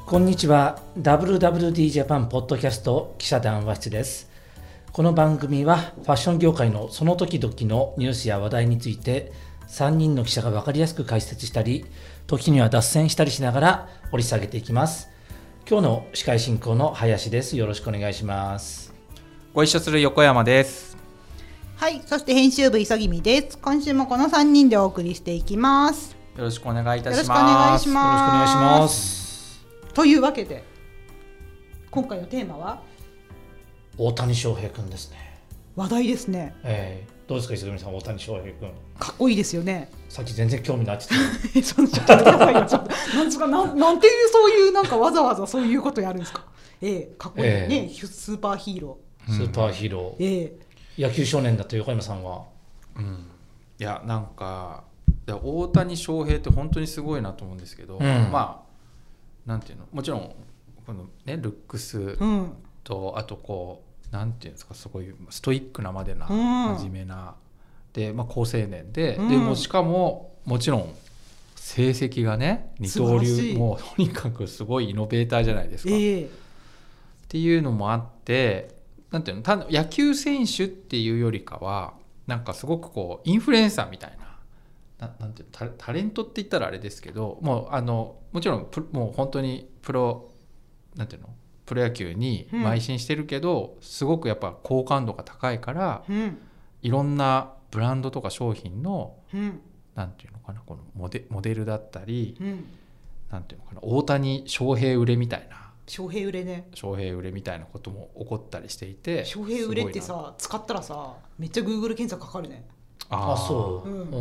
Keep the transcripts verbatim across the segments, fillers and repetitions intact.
こんにちは。 ダブリューダブリューディー ジャパンポッドキャスト記者談話室です。この番組はファッション業界のその時々のニュースや話題についてさんにんの記者が分かりやすく解説したり、時には脱線したりしながら掘り下げていきます。今日の司会進行の林です。よろしくお願いします。 ご一緒する横山です。 はい、そして編集部急ぎみです。今週もこのさんにんでお送りしていきます。 よろしくお願いいたします。 よろしくお願いします。 よろしくお願いします。 というわけで今回のテーマは大谷翔平くんですね。 話題ですね、 えー、どうですか、磯上さん。大谷翔平くんかっこいいですよね。 さっき全然興味ないって言ってそのちょっとやばいよちょっとなんつかな、なんていうそういうなんかわざわざそういうことやるんですか。えー、かっこいいね、えー、スーパーヒーロースーパーヒーロー、 ー、えー、野球少年だと横山さんは、 うん、いやなんかいや大谷翔平って本当にすごいなと思うんですけど、うん、まあなんていうの、もちろんこのねルックスと、うん、あとこうなんていうんですか、すごいストイックなまでな、うん、真面目なで、まあ、高青年で、うん、でもしかももちろん成績がね二刀流、もうとにかくすごいイノベーターじゃないですか、えー、っていうのもあって、なんていうの、ただ野球選手っていうよりかはなんかすごくこうインフルエンサーみたいな、ななんていうの、 タ, タレントって言ったらあれですけど、もうあのもちろんプもう本当にプロなんていうのプロ野球に邁進してるけど、うん、すごくやっぱ好感度が高いから、うん、いろんなブランドとか商品の、うん、なんていうのかな、このモ デ, モデルだったり、うん、なんていうのかな、大谷翔平売れみたいな、 翔平売れね翔平売れみたいなことも起こったりしていて、 翔平売れってさ使ったらさめっちゃ Google 検索かかるね。 ああそう、 うん、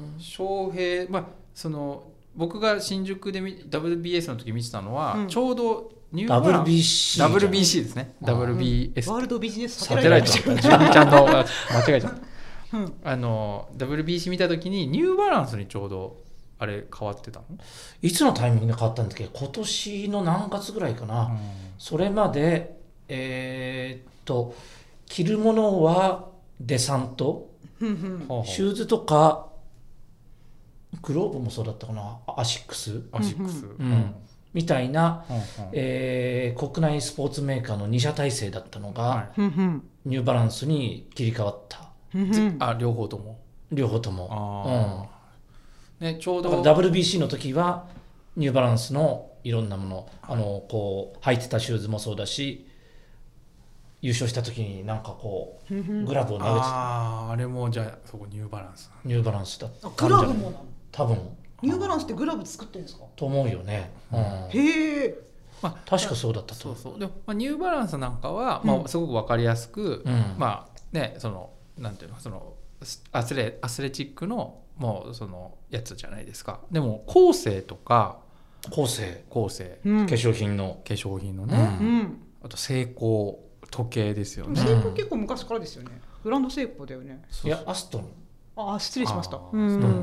翔平、まあその僕が新宿で ダブリュービーエス の時見てたのは、うん、ちょうどニューバランス ダブリュービーシー ダブリュービーシー ですね。 ダブリュービーエス、 うん、ワールドビジネスサテライト自分ちゃんと間違えちゃった、うん、あの ダブリュービーシー 見た時にニューバランスにちょうどあれ変わってたの、 いつのタイミングで変わったんだっけ。今年の何月ぐらいかな、うん、それまでえー、っと着るものはデサントシューズとかグローブもそうだったかな、アシックス、 アシックス、 うん、みたいな、うんうん、えー、国内スポーツメーカーのに社体制だったのが、はい、ニューバランスに切り替わった、 あ両方とも両方とも、 うんね、ちょうどだから ダブリュービーシー の時はニューバランスのいろんなもの、あのこう履いてたシューズもそうだし、優勝した時になんかこうグラブを投げてた、 ああれもじゃあそこニューバランスニューバランスだった。 グラブもなの多分。 ニューバランスってグラブ作ってるんですかと思うよね、うん、 へえ、 まあ、確かそうだったと。 そうそう。でも、まあ、ニューバランスなんかは、まあ、すごく分かりやすく、うん、まあね、そのなんていうの、そのアスレアスレチックのもうそのやつじゃないですか。でもコーセーとかコーセーコーセー、うん、化粧品の化粧品のね、うん、あとセイコー時計ですよね。 セイコー結構昔からですよね。ブランドセイコーだよね。 いやアストン、 あ失礼しました。 うん、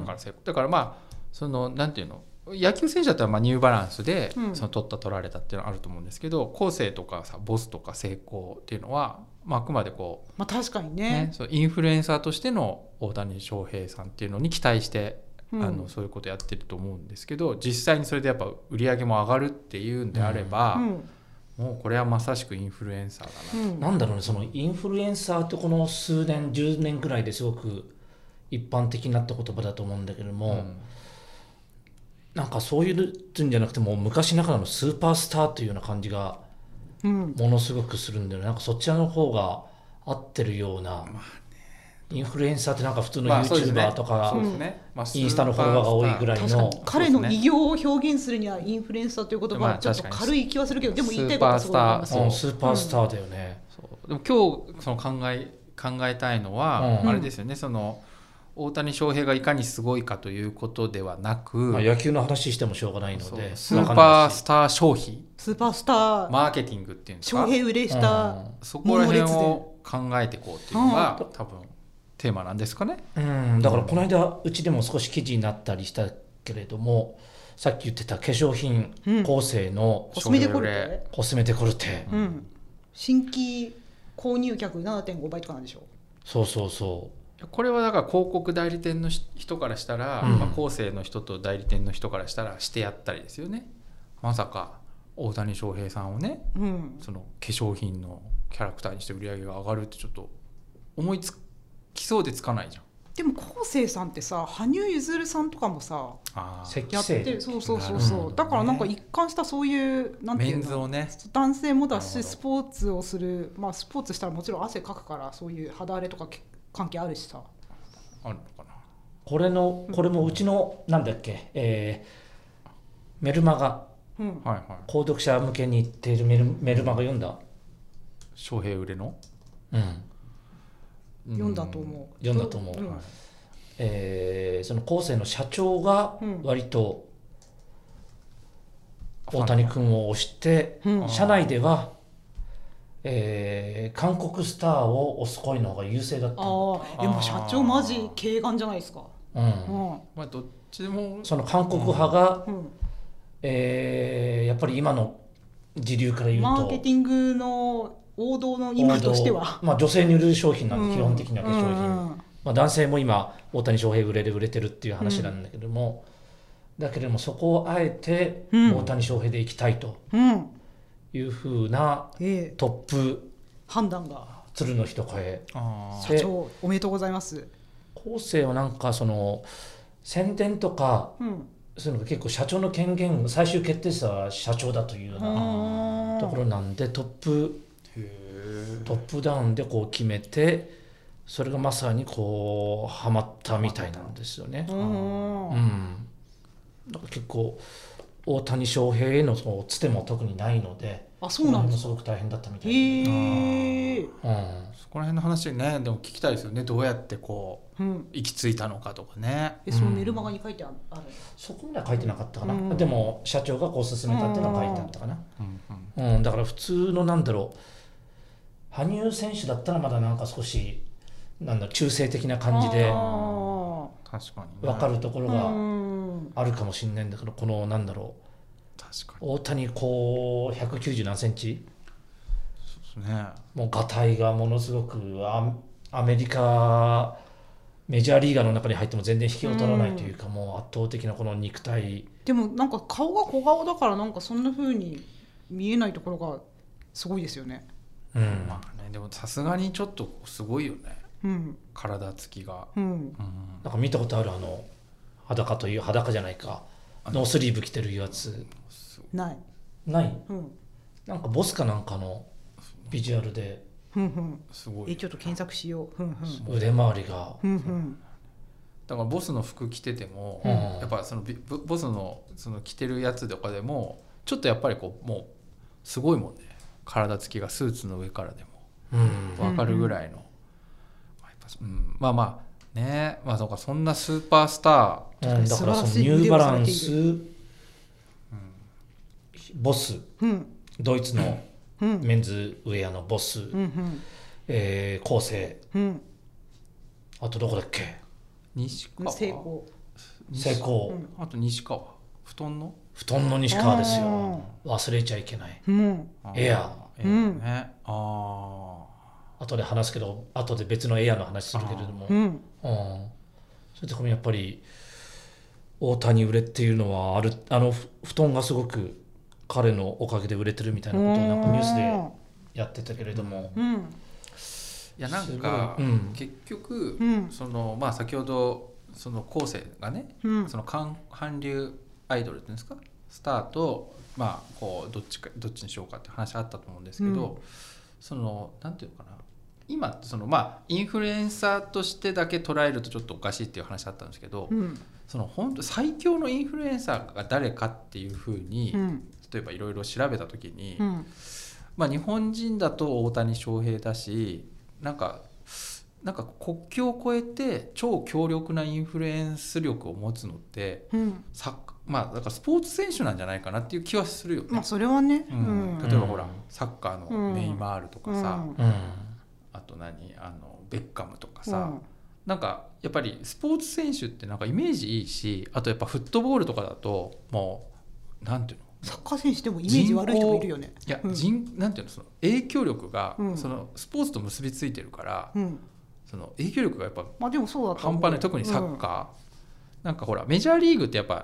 からだからまあそのなんていうの、野球選手だったらまあニューバランスでその取った取られたっていうのはあると思うんですけど、コーセーとかさボスとかセイコーっていうのは、まあ、あくまでこう、 まあ、確かに ね, ねそうインフルエンサーとしての大谷翔平さんっていうのに期待して、うん、あのそういうことやってると思うんですけど、実際にそれでやっぱ売り上げも上がるっていうんであれば、うんうんもうこれはまさしくインフルエンサーだな、 うん、なんだろうね、そのインフルエンサーってこの数年じゅうねんぐらいですごく一般的になった言葉だと思うんだけども、うん、なんかそういうんじゃなくても昔ながらのスーパースターというような感じがものすごくするんだよね、うん、なんかそちらの方が合ってるような、まあね、インフルエンサーってなんか普通の YouTuber とか、インスタのフォロワーが多いぐらいの、確かに彼の偉業を表現するにはインフルエンサーという言葉はちょっと軽い気はするけど、でも言いたいことはすごいありますよ。 スーパースターだよね、 うん、そうでも今日その考え、考えたいのは、うん、あれですよね、その大谷翔平がいかにすごいかということではなく、 まあ、野球の話してもしょうがないので、 スーパースター消費、 スーパースターマーケティングっていうんですか、 翔平売れした、うん、 そこら辺を考えていこうっていうのが、うん、多分テーマなんですかね、 うん、だからこの間うちでも少し記事になったりしたけれども、さっき言ってた化粧品構成の、 うん、コスメデコルテコスメデコルテ、 うん、新規購入客 ななてんご 倍とかなんでしょう。 そうそうそう、 これはだから広告代理店の人からしたら、うんまあ、構成の人と代理店の人からしたらしてやったりですよね。まさか大谷翔平さんをね、 うん、 その化粧品のキャラクターにして売り上げが上がるってちょっと思いつきそうでつかないじゃん。 でも昴生さんってさ羽生結弦さんとかもさあやってるそうそうそうそう、ね、だからなんか一貫したそういうなんていうのメンズをね男性もだしスポーツをする、まあスポーツしたらもちろん汗かくからそういう肌荒れとか関係あるしさあるのかな。 これのこれもうちの、うん、なんだっけ、えー、メルマガ、 うんはいはい、 購読者向けに言っているメル、メルマガ読んだ？ 翔平売れの、 うん読んだと思う読んだと思う、うん、えー、その昴生の社長が割と大谷君を推して、うん、社内では、えー、韓国スターを推す声の方が優勢だった。 ああでも社長マジ軽眼じゃないですか。 うん、うん、 まあどっちでもその韓国派が、うん、えー、やっぱり今の時流から言うとマーケティングの王道のイメージとしては、 まあ、女性に売れる商品なんで、うん、基本的には化粧品、うんうんまあ、男性も今大谷翔平売れで売れてるっていう話なんだけども、うん、だけれどもそこをあえて大谷翔平でいきたいというふうなトップ判断が鶴の一声。 社長おめでとうございます。 昴生はなんかその宣伝とか、うん、そういうのが結構社長の権限最終決定者は社長だというようなところなんでトップトップダウンでこう決めてそれがまさにこうハマったみたいなんですよね。うん、だから結構大谷翔平へのそのつても特にないので、 あ、そうなんですか。 すごく大変だったみたいな。へー、うん、そこら辺の話ねでも聞きたいですよね。どうやってこう、うん、行き着いたのかとかね。 え、そのメルマガに書いてある、うん、 そこまでは書いてなかったかな、うん、でも社長がこう進めたっていうのは書いてあったかな、うんうんうん、だから普通のなんだろう羽生選手だったらまだなんか少しなんだ中性的な感じで確かに分かるところがあるかもしれないんだけど、このなんだろう確かに大谷こうひゃくきゅうじゅう何センチ、 そうですね、 もうがたいがものすごく ア, アメリカメジャーリーガーの中に入っても全然引けを取らないというか、うん、もう圧倒的なこの肉体でもなんか顔が小顔だからなんかそんな風に見えないところがすごいですよね。 うん、まあね、でもさすがにちょっとすごいよね、うん、体つきが、うんうん、 なんか見たことあるあの裸という裸じゃないかノースリーブ着てるやつないない、うん、なんかボスかなんかのビジュアルで、 うんうん、すごいえちょっと検索しよう、うんうん、腕周りが、うんうん、 だからボスの服着てても、うん、やっぱそのボスのその着てるやつとかでもちょっとやっぱりこうもうすごいもんね、体つきがスーツの上からでも分かるぐらいの、うんうん、まあまあね、まあそうか、そんなスーパースター、うん、だからそのニューバランス、うん、ボス、うん、ドイツのメンズウェアのボス、うんうんえー、昴生、うん、あとどこだっけ、 西川、 成功、 成功、 うん、あと西川、布団の布団の西川ですよ、忘れちゃいけない、うん、エア、 エアね、ああ後で話すけど後で別のエアの話するけれども、うんうん、そういうところやっぱり大谷売れっていうのはある、あの布団がすごく彼のおかげで売れてるみたいなことをなんかニュースでやってたけれども、うん、 いやなんか、うん、結局、うん、そのまあ先ほどその昴生がね、うん、その韓流アイドルっていうんですか、スターとまあこうどっちかどっちにしようかって話あったと思うんですけど、うん、そのなんていうのかな、今そのまあインフルエンサーとしてだけ捉えるとちょっとおかしいっていう話あったんですけど、うん、その本当最強のインフルエンサーが誰かっていうふうに、うん、例えばいろいろ調べた時に、うん、まあ日本人だと大谷翔平だし、なんかなんか国境を越えて超強力なインフルエンス力を持つのって、うん、サッカーまあだからスポーツ選手なんじゃないかなっていう気はするよね。 まあそれはね、 うん、例えばほら、うん、サッカーのネイマールとかさ、うん、あと何あのベッカムとかさ、うん、なんかやっぱりスポーツ選手ってなんかイメージいいし、あとやっぱフットボールとかだともうなんていうの、 サッカー選手でもイメージ悪い人もいるよね。 いや、うん、人なんていうの、その影響力が、うん、そのスポーツと結びついてるから、うん、その影響力がやっぱ半端ない、特にサッカー、うん、なんかほらメジャーリーグってやっぱ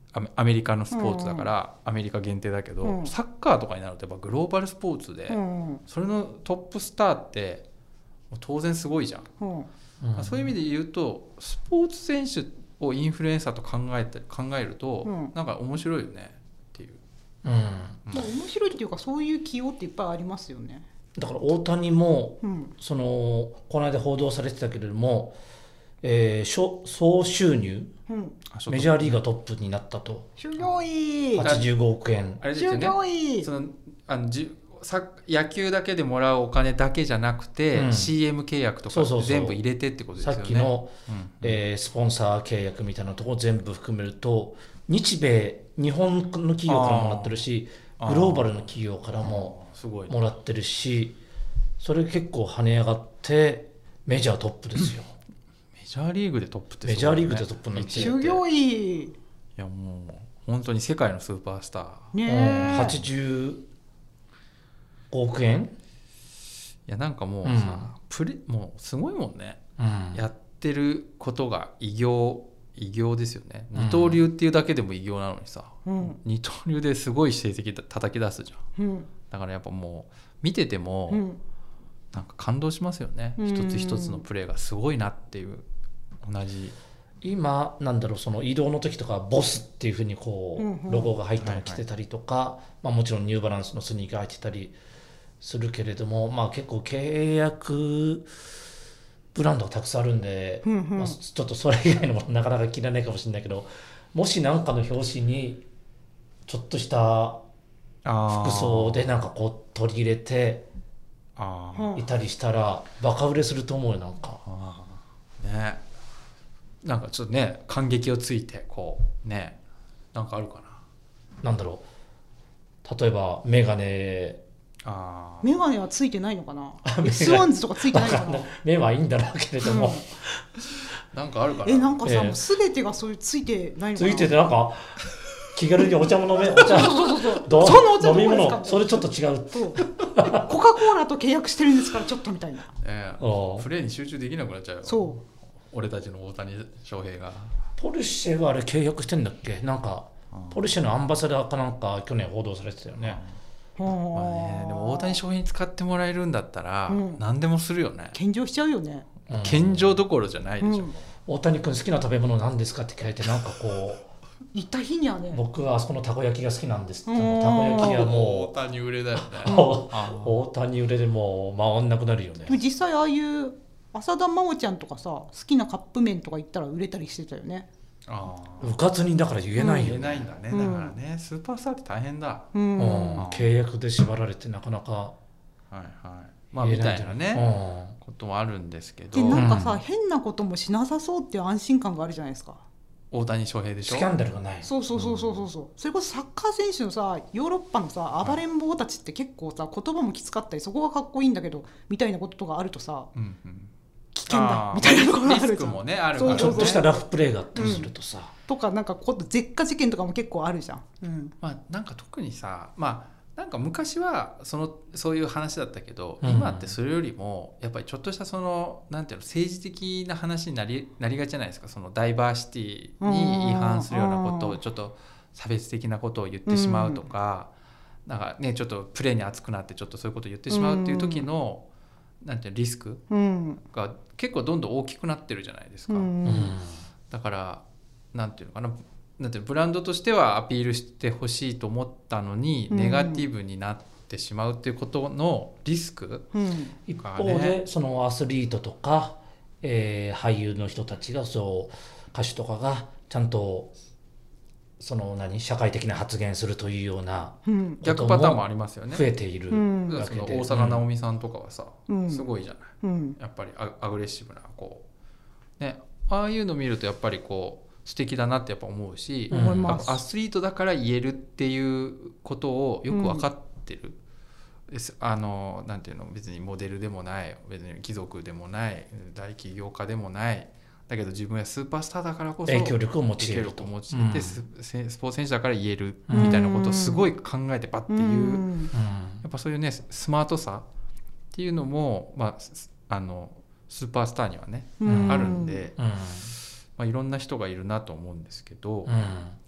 アメリカのスポーツだからアメリカ限定だけど、うん、サッカーとかになるとやっぱグローバルスポーツで、うん、それのトップスターって当然すごいじゃん、うんうん、そういう意味で言うとスポーツ選手をインフルエンサーと考えて考えると、うん、なんか面白いよねっていう、 うんうん、面白いっていうかそういう起用っていっぱいありますよね。 だから大谷も、うん、そのこの間報道されてたけれども、えー、総収入、うん、メジャーリーガートップになったと。 すごいはちじゅうごおくえん。 あれですよね、すごい。そのあのじさ野球だけでもらうお金だけじゃなくて、うん、シーエム 契約とか全部入れてってことですよね。 さっきの、うんえー、スポンサー契約みたいなところ全部含めると日米日本の企業からもらってるしグローバルの企業からももらってるし、それ結構跳ね上がってメジャートップですよ。 メジャーリーグでトップってすごいね。メジャーリーグでトップになってすごい。 いやもう本当に世界のスーパースター、 ね、 はちじゅうごおくえん。いやなんかもうさ、うん、プレもうすごいもんね、うん、やってることが偉業偉業ですよね。二刀流っていうだけでも偉業なのにさ、うん、二刀流ですごい成績叩き出すじゃん、うん、だからやっぱもう見てても、うん、なんか感動しますよね、うん、一つ一つのプレーがすごいなっていう。同じ今なんだろう、その移動の時とかボスっていう風にこうロゴが入ったの着てたりとか、はいはいまあ、もちろんニューバランスのスニーカー入ってたりするけれども、まあ、結構契約ブランドがたくさんあるんで、うんうんまあ、ちょっとそれ以外のものなかなか着れないかもしれないけど、もし何かの表紙にちょっとした服装でなんかこう取り入れていたりしたらバカ売れすると思うよ。なんかあね、なんかちょっとね感激をついてこうね、なんかあるかな。 なんだろう、例えばメガネ。 あメガネはついてないのかな。スワンズとかついてないのかな。 目はいいんだろうけれども、うん、 なんかあるかな。 えなんかさ、えー、もう全てがそういうついてないのかな。 ついててなんか気軽にお茶も飲めお茶そうそうそうそうそのお茶飲み物それちょっと違う。 そうコカ・コーラと契約してるんですからちょっとみたいな、 えー、プレーに集中できなくなっちゃうよ。 そう俺たちの大谷翔平が。 ポルシェはあれ契約してんだっけ。なんかポルシェのアンバサダーかなんか去年報道されてたよね。 まあね、でも大谷翔平に使ってもらえるんだったら、うん、何でもするよね。 献上しちゃうよね、 うん、献上どころじゃないでしょ、うん、 大谷君好きな食べ物何ですかって聞かれてなんかこう行った日にはね僕はあそこのたこ焼きが好きなんですって。たこ焼きはもう大谷売れだよね大谷売れでもう回んなくなるよね。 でも実際ああいう浅田真央ちゃんとかさ好きなカップ麺とか行ったら売れたりしてたよね。 あうかつにだから言えないよね、 うん、言えないんだね、だからね、うん、スーパースターって大変だ、 うんうん、契約で縛られてなかなかはいはいまあみたいなね、うん、こともあるんですけど。 でなんかさ、うん、変なこともしなさそうっていう安心感があるじゃないですか。 大谷翔平でしょ。 スキャンダルがない。 そうそうそうそうそう、うん、それこそサッカー選手のさヨーロッパのさ暴れん坊たちって結構さ言葉もきつかったりそこがかっこいいんだけどみたいなこととかあるとさ、うんうん危険だみたいなのがあるじゃん。リスクもねあるからね。 ちょっとしたラフプレーがあったりするとさ、うん、 とかなんかこう絶火事件とかも結構あるじゃん、 うんまあ、なんか特にさまあなんか昔はそのそういう話だったけど、うん、今ってそれよりもやっぱりちょっとしたそのなんていうの政治的な話になり、なりがちじゃないですか。そのダイバーシティに違反するようなことをちょっと差別的なことを言ってしまうとか、うん、なんかねちょっとプレーに熱くなってちょっとそういうことを言ってしまうっていう時の、うん、なんていうのリスクが結構どんどん大きくなってるじゃないですか、うん、だからなんていうのかな、なんていうのブランドとしてはアピールしてほしいと思ったのに、うん、ネガティブになってしまうっていうことのリスク、うん、 一方でそのアスリートとか、えー、俳優の人たちがそう歌手とかがちゃんとその何社会的な発言するというような逆パターンもありますよね。 増えているわけで、うん、大坂なおみさんとかはさ、うん、すごいじゃない、うん、やっぱり ア, アグレッシブなこう、ね、ああいうの見るとやっぱりこう素敵だなってやっぱ思うし、うん、アスリートだから言えるっていうことをよく分かってる、うん、あのなんていうの別にモデルでもない別に貴族でもない大起業家でもないだけど自分はスーパースターだからこそ影響力を持ち得ると持ち得て、うん、ス, スポーツ選手だから言えるみたいなことをすごい考えてパッていう、うん、やっぱそういうねスマートさっていうのも、まあ、あのスーパースターにはね、うん、あるんで、うんまあ、いろんな人がいるなと思うんですけど、うん、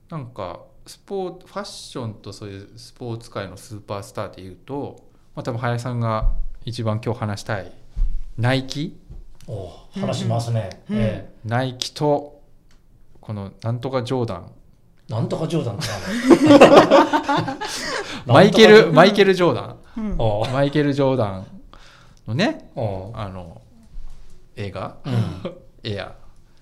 なんかスポーツファッションとそういうスポーツ界のスーパースターでいうと、まあ、多分林さんが一番今日話したいナイキお話しますね、うんうんえー、ナイキとこのなんとかジョーダンなんとかジョーダンかなマイケルマイケルジョーダン、 うん、 マイケルジョーダンのねあの映画、うん、エア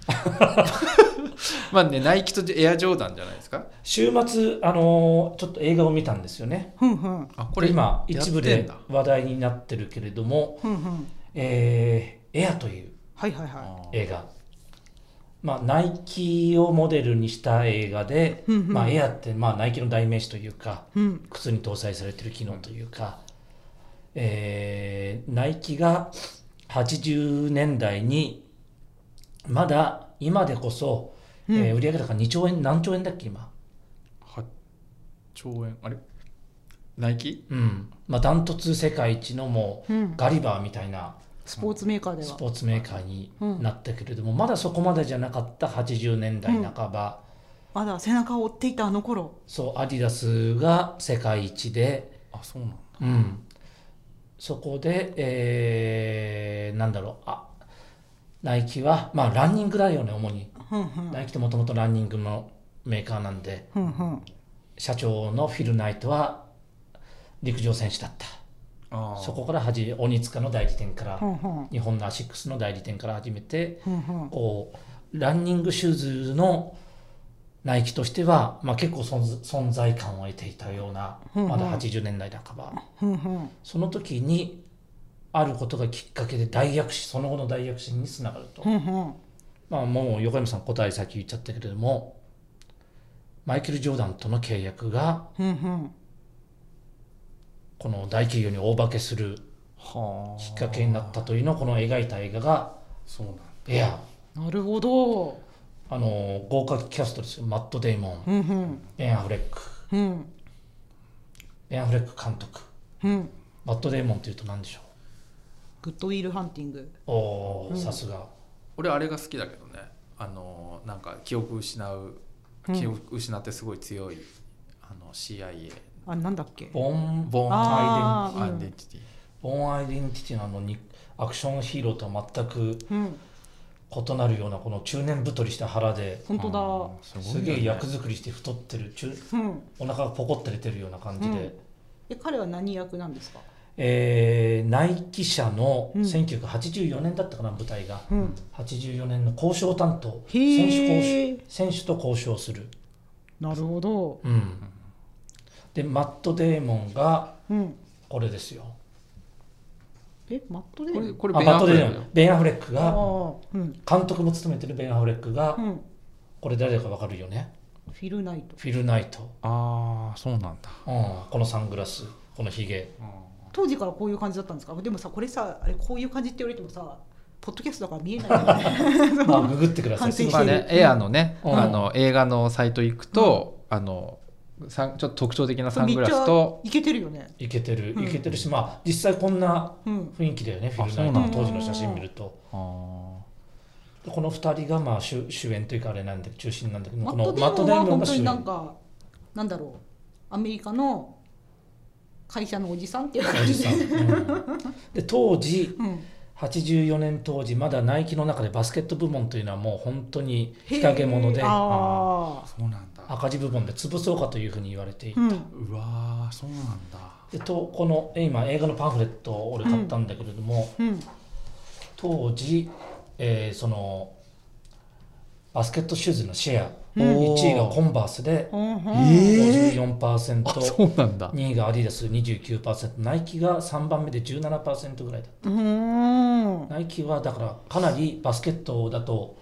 まあねナイキとエアジョーダンじゃないですか。 週末あのちょっと映画を見たんですよね、 うんうん、 あこれ今一部で話題になってるけれども、うんうんえー、エアという映画、はいはいはいまあ、ナイキをモデルにした映画で、うんうんまあ、エアって、まあ、ナイキの代名詞というか、うん、靴に搭載されている機能というか、えー、ナイキがはちじゅうねんだいにまだ今でこそ、うんえー、売上高にちょうえん何兆円だっけ今はっちょうえんあれナイキうんまあダントツ世界一のもう、うん、ガリバーみたいなスポーツメーカーではスポーツメーカーになったけれども、うん、まだそこまでじゃなかったはちじゅうねんだいなかば、 うん、まだ背中を追っていたあの頃そうアディダスが世界一であそうなんだ、 うん、そこで、えー、なんだろうあナイキは、まあ、ランニングだよね主に、うんうん、ナイキってもともとランニングのメーカーなんで、うんうん、社長のフィル・ナイトは陸上選手だった。あそこからはじ鬼塚の代理店から、うんうん、日本のアシックスの代理店から始めて、うんうん、こうランニングシューズのナイキとしては、まあ、結構存在感を得ていたような、うんうん、まだはちじゅうねんだいなかば、うんうん、その時にあることがきっかけで大躍進その後の大躍進につながると、うんうんまあ、もう横山さん答え先言っちゃったけれどもマイケル・ジョーダンとの契約が、うんうんこの大企業に大化けするきっかけになったというのをこの描いた映画がそうなんだエアなるほどあの豪華キャストですよマット・デイモン、うんうん、ベン・アフレック、うん、ベン・アフレック監督、うん、マット・デイモンというと何でしょうグッドウィル・ハンティングおーさすが俺あれが好きだけどねあのなんか記憶失う記憶失ってすごい強い、うん、あの シーアイエーあなんだっけボンボンアイデンティティボンアイデンティティのあのにアクションヒーローとは全く異なるようなこの中年太りした腹で本当だすげえ役作りして太ってる中、うん、お腹がポコって出てるような感じで、うん、 え彼は何役なんですかえー、ナイキ社のせんきゅうひゃくはちじゅうよねんだったかな舞台が、うん、はちじゅうよねんの交渉担当選手交渉選手と交渉するなるほど、 うんでマット・デーモンがこれですよ、 うん、えマット・デーモンこれこれベン・アフレックベン・アフレックが、うん、監督も務めてるベン・アフレックが、うん、これ誰だか分かるよねフィル・ナイトフィル・ナイトああそうなんだ、 うん、このサングラスこのヒゲ、うん、 当時からこういう感じだったんですかでもさこれさあれこういう感じって言われてもさポッドキャストだから見えないよねまあググってくださいまあね、エアのね、うん、あの映画のサイト行くと、うん、あのちょっと特徴的なサングラスといけてるよねいけてるいけてるし、うん、まあ実際こんな雰囲気だよね、うん、フィル・ナイトの当時の写真見るとあこのふたりがまあ 主, 主演というかあれなんで中心なんだけどマットデーモンは本当になんかなんだろうアメリカの会社のおじさんっていう感じで、うん、 で当時、うんはちじゅうよねん当時まだナイキの中でバスケット部門というのはもう本当に日陰者でああそうなんだ赤字部門で潰そうかというふうに言われていた、うん、 うわそうなんだでとこの今映画のパンフレットを俺買ったんだけれども、うんうん、当時、えー、そのバスケットシューズのシェア、うん、いちいがコンバースで ごじゅうよんパーセント、 えー、そうなんだにいがアディダス にじゅうきゅうパーセント ナイキがさんばんめで じゅうななパーセント ぐらいだった。 うんナイキはだからかなりバスケットだと、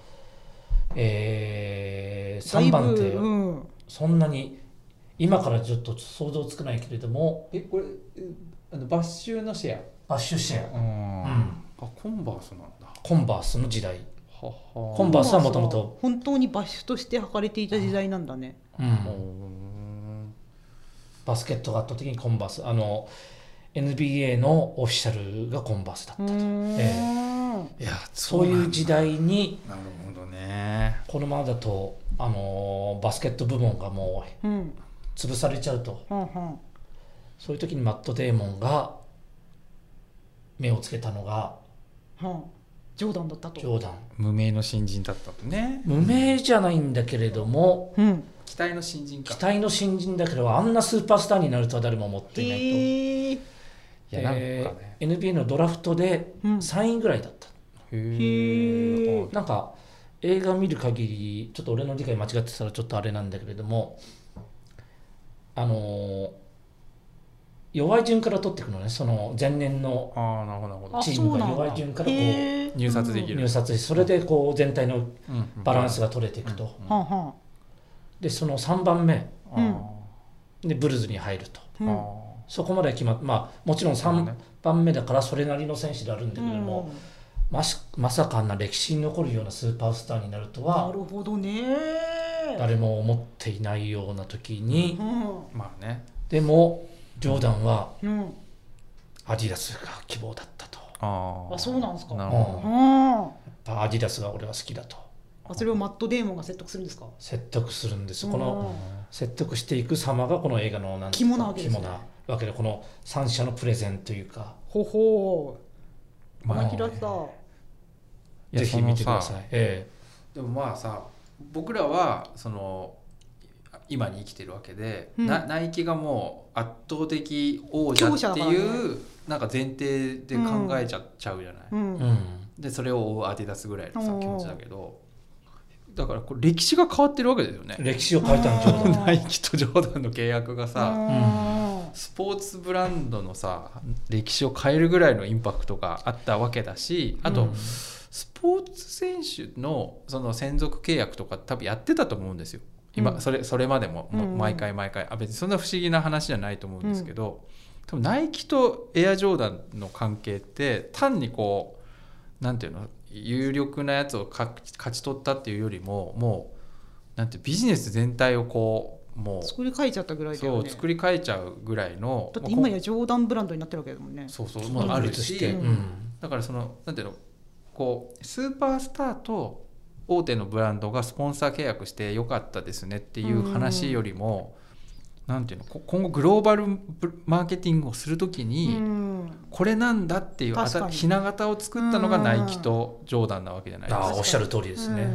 えー、さんばん手、うん、そんなに今からちょっと想像つかないけれどもえこれあのバッシュのシェアバッシュシェア、うん、 あコンバースなんだコンバースの時代ははコンバースはもともと本当にバッシュとして履かれていた時代なんだね、うん、 バスケットが圧倒的にコンバースあの エヌビーエー のオフィシャルがコンバースだったと、えー、 いやそういう時代になるほどねこのままだと、あのー、バスケット部門がもう潰されちゃうと、 うんうん、 そういう時にマット・デーモンが目をつけたのが、 うん、ジョーダンだったと。 ジョーダン無名の新人だったとね。 無名じゃないんだけれども、 うん、 期待の新人か。 期待の新人だけどあんなスーパースターになるとは誰も思っていないと。 へいやなんかね、 えー、エヌビーエー のドラフトでさんいぐらいだった、 へうん、 えなんか映画を見る限りちょっと俺の理解間違ってたらちょっとあれなんだけれども、あのー、弱い順から取っていくのね、その前年のチームが弱い順からこう入札できる、 入札してそれでこう全体のバランスが取れていくと、 うんうんうん、 でそのさんばんめ、 うん、 でブルズに入ると、 うん、 そこまでは決まっ、まあ、もちろんさんばんめだからそれなりの選手であるんだけれども、うん、ま, まさかあんな歴史に残るようなスーパースターになるとはなるほどね誰も思っていないような時に、 うん、 まあね、 でもジョーダンはアディダスが希望だったと。 ああ、そうなんですか。 なるほど、 うん、やっぱアディダスが俺は好きだと。 あ、それをマット・デーモンが説得するんですか。 説得するんです。この説得していく様がこの映画のなん肝なわけですね。 肝なわけで、この三者のプレゼンというか、 ほほう、まあ、平さぜひ見てください。ええ、でもまあさ、僕らはその今に生きてるわけで、うん、ナイキがもう圧倒的王者っていうなんか前提で考えちゃっちゃうじゃない、うんうん、でそれを追うアディダスぐらいのさ気持ちだけど、だからこれ歴史が変わってるわけですよね。 歴史を変えたんジョーダンナイキとジョーダンの契約がさ、スポーツブランドのさ歴史を変えるぐらいのインパクトがあったわけだし、あと、うん、スポーツ選手のその専属契約とか多分やってたと思うんですよ今、うん、それそれまでも、うん、毎回毎回、あ、別にそんな不思議な話じゃないと思うんですけど、うん、多分ナイキとエアジョーダンの関係って単にこうなんていうの有力なやつを勝ち取ったっていうよりも、もうなんてビジネス全体をこうもう作り変えちゃったぐらいだよね。 そう作り変えちゃうぐらいの、 だって今やジョーダンブランドになってるわけだもんね。 そうそう、もうあるし、うん、だからそのなんていうのこうスーパースターと大手のブランドがスポンサー契約してよかったですねっていう話よりも、うん、なんていうの今後グローバルマーケティングをするときに、うん、これなんだっていうひな形を作ったのがナイキとジョーダンなわけじゃないですか。 あ、おっしゃる通りですね、うんうん、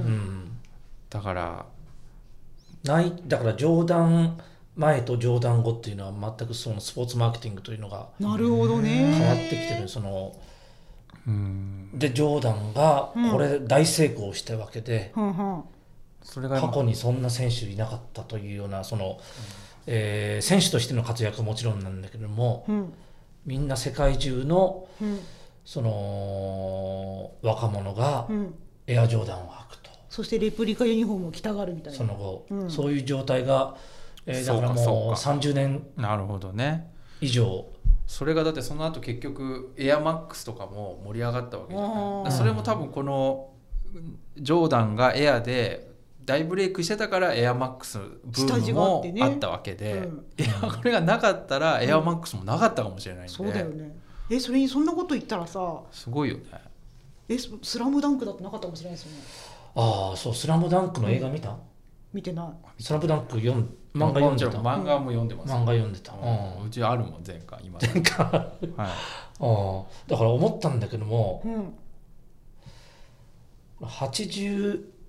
だからナイだからジョーダン前とジョーダン後っていうのは全くそのスポーツマーケティングというのがなるほどね変わってきてる。そのでジョーダンがこれ大成功したわけで、うん、それが過去にそんな選手いなかったというようなその、うんえー、選手としての活躍はもちろんなんだけども、うん、みんな世界中の、うん、その若者がエアジョーダンを履くと、 そしてレプリカユニフォームを着たがるみたいなその後、うん、そういう状態が、えー、だからもうさんじゅうねんなるほどね以上それがだってその後結局エアマックスとかも盛り上がったわけじゃない。それも多分このジョーダンがエアで大ブレイクしてたからエアマックスブームもあったわけで、ねうん、エアこれがなかったらエアマックスもなかったかもしれないんで、 そうだよね。えそれにそんなこと言ったらさすごいよね。 えスラムダンクだってなかったかもしれないですよね。 ああそうスラムダンクの映画見た、うん、 見てない。 スラムダンク読ん漫画読んでた。 漫画も読んでます、 漫画読んでた、 うん、うちあるもん前回今前回、はい、あだから思ったんだけども、うん、はちじゅう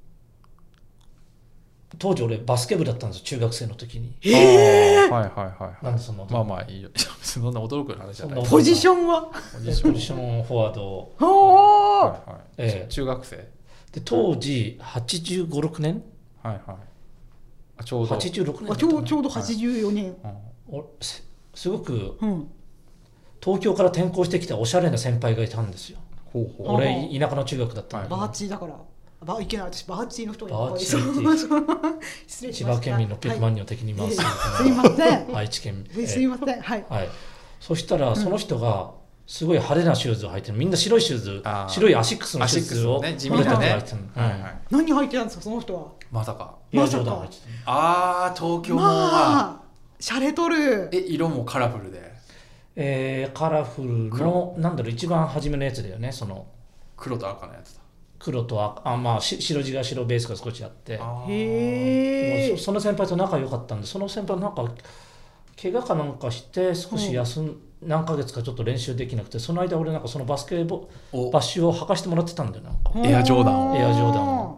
当時俺バスケ部だったんですよ中学生の時に。 えー、 はいはいはいはい。 なんでそんなまあまあいいよそんな驚く話じゃない。 ポジションはポジション、ポジションフォワードはいはい、えー、中学生で当時はちじゅうご、ろくねんはいはいあちょうどはちじゅうろくねんあちょうちょうどはちじゅうよねん、はいうん、す, すごく、うん、東京から転校してきたおしゃれな先輩がいたんですよ。ほうほう俺田舎の中学だったんで、 バーチーだからバいけない私バーチーの人にバーチー失礼し千葉県民ろっぴゃくまん人を敵に回す、 はい、すいません愛知県、 えー、すいませんはい、 はい、そしたらその人がすごい派手なシューズを履いてる。みんな白いシューズ白いアシックスのシューズをね地味なね、はいはい、 何履いてたんですかその人は。 まさかまさかああ東京もんは、 まあ、シャレとる。 え色もカラフルで、 えー、カラフルのなんだろう一番初めのやつだよね。その黒と赤のやつだ。 黒と赤あ、まあ、し白地が白ベースが少しあってへもえう そ, その先輩と仲良かったんで、その先輩なんか怪我かなんかして少し休ん、うん、何ヶ月かちょっと練習できなくて、その間俺なんかそのバスケボバッシュを履かしてもらってたんだよ。なんかエアジョーダンをエアジョーダンを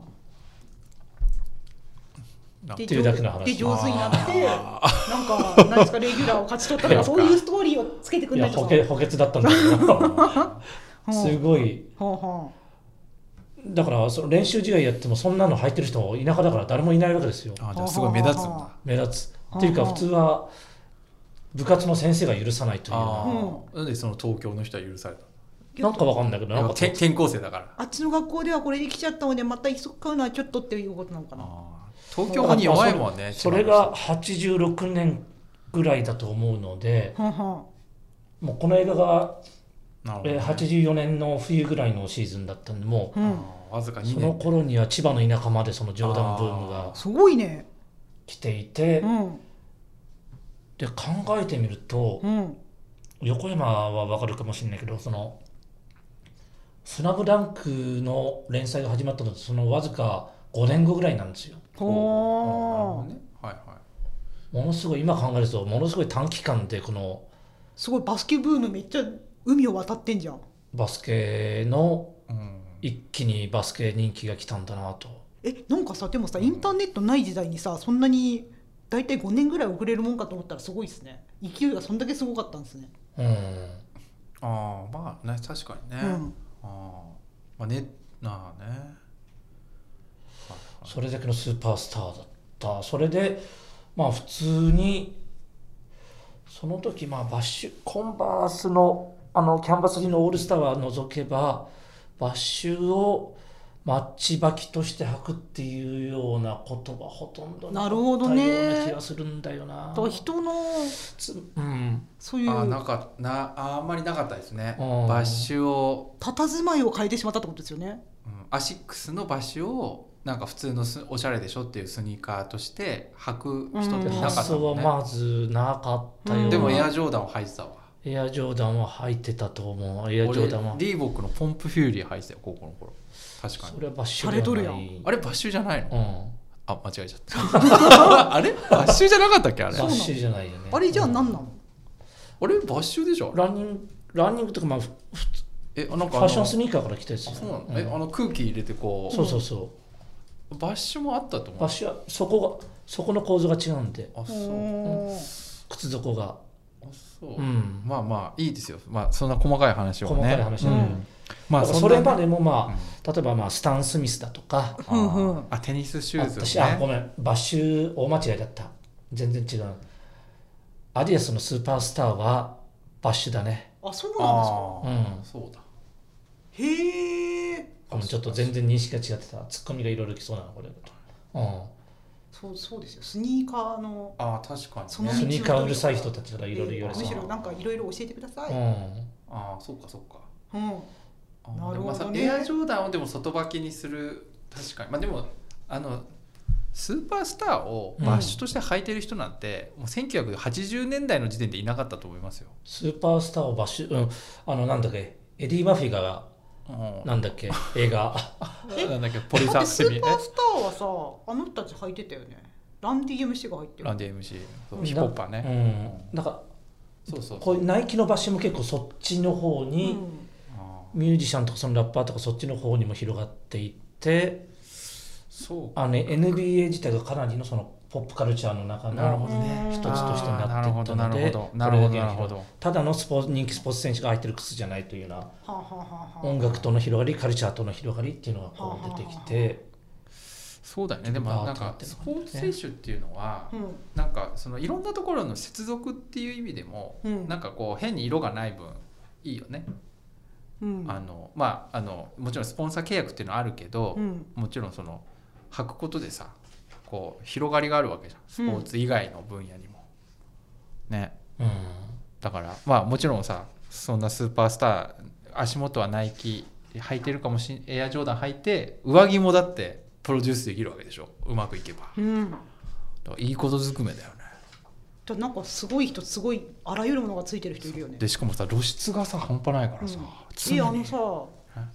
っていうだけの話で上手になってなんか何ですかレギュラーを勝ち取ったとかそういうストーリーをつけてくんないと。 いや補欠だったんだけどすごいだからその練習試合やってもそんなの履いてる人も田舎だから誰もいないわけですよ。 あじゃあすごい目立つんだ。 目立つっていうか普通は部活の先生が許さないというような。なんでその東京の人は許されたの？ なんかわかんないけどなんか転校生だからあっちの学校ではこれで来ちゃったのでまた一足買うのはちょっとっていうことなのかな。 東京に弱いもんね。 それがはちじゅうろくねんぐらいだと思うのでもうこの映画がえはちじゅうよねんの冬ぐらいのシーズンだったんでもう、うん、 わずかにねんその頃には千葉の田舎までそのジョーダンブームがすごいね来ていて、 うん、 で考えてみると、 うん、 横山は分かるかもしれないけどそのスラムダンクの連載が始まったのってそのわずかごねんごぐらいなんですよ。 おー、 ねはいはい、 ものすごい今考えるとものすごい短期間でこのすごいバスケブームめっちゃ海を渡ってんじゃん。 バスケの一気にバスケ人気が来たんだなと。 えなんかさでもさインターネットない時代にさそんなにだいたいごねんぐらい遅れるもんかと思ったらすごいですね。勢いがそんだけすごかったんですね。 うんああまあね確かにね、うん、あまあねなあねそれだけのスーパースターだった。それでまあ普通にその時まあバッシュコンバースのあのキャンバスにのオールスターは除けばバッシュをマッチ履きとして履くっていうようなことはほとんどなかったような気がするんだよな。 だ人の、 うん、 そういうあなんかなあんまりなかったですね。バッシュを佇まいを変えてしまったってことですよね、 うん、アシックスのバッシュをなんか普通のおしゃれでしょっていうスニーカーとして履く人ってなかったもんね。 発想はまずなかったよ、うん、 でもエアジョーダンを履いてたわ。 エアジョーダンは履いてたと思う。エアジョーダンはリーボックのポンプフューリー履いてたよ高校の頃。確かにそれはバッシュじゃない。 あれバッシュじゃないの、 うん、 あ間違えちゃったあれバッシュじゃなかったっけあれ。 バッシュじゃないよね。 あれじゃあ何なの、うん、 あれバッシュでしょ。 ランニングランニングとかまあえなんかファッションスニーカーから来たやつ。 あそうなの、うん、えあの空気入れてこうそうそうそう、 バッシュもあったと思う。 バッシュはそこがそこの構造が違うんで。 あそう、 うん、靴底があそう、 うん、 まあまあいいですよ。まあそんな細かい話をね。 細かい話ね、うんまあ、 そ, それまでもまあ、うん、例えばまあスタン・スミスだとか、 ああテニスシューズ、ね、 私あごめんバッシュ大間違いだった。全然違う。アディダスのスーパースターはバッシュだね。 あそうなんですか。 うんそうだ。 へえ。 ちょっと全然認識が違ってた。ツッコミがいろいろ来そうなのこれだと。うんそうそうですよ。スニーカーのあ確かに、ね、 そのスニーカーうるさい人たちからいろいろ言われて、 むしろなんかいろいろ教えてください。 うん、 あそうかそうか。 うん。なるほどね。 エアジョーダンをでも外履きにする確かにまあでもあのスーパースターをバッシュとして履いてる人なんて、うん、もうせんきゅうひゃくはちじゅうねんだいの時点でいなかったと思いますよ。 スーパースターをバッシュ、うん、あのなんだっけエディ・マフィが、うん、なんだっけ映画なんだっけポリサスーパースターはさあの人たち履いてたよね。ランディ エムシー が入ってる。 ランディ エムシー そうヒップホッパーね。うん、なんかそうそうそうこういうナイキのバッシュも結構そっちの方に、うん、ミュージシャンとかそのラッパーとかそっちの方にも広がっていって、 そうあの、ね、エヌビーエー 自体がかなりのそのポップカルチャーの中の一つとしてなっていったので、ただのスポ人気スポーツ選手が履いてる靴じゃないというような音楽との広がりカルチャーとの広がりっていうのがこう出てきて。 そうだね。でもなんかスポーツ選手っていうのは、うん、なんかそのいろんなところの接続っていう意味でも、うん、なんかこう変に色がない分いいよね。うん、あのまああのもちろんスポンサー契約っていうのはあるけど、うん、もちろんその履くことでさこう広がりがあるわけじゃん。スポーツ以外の分野にも、うん、ね、うん、だからまあもちろんさそんなスーパースター足元はナイキ履いてるかもしれエアジョーダン履いて上着もだってプロデュースできるわけでしょ。うまくいけば、うん、だからいいことずくめだよね。 だなんかすごい人すごいあらゆるものがついてる人いるよね。 でしかもさ露出がさ半端ないからさ、 うん、いやあのさ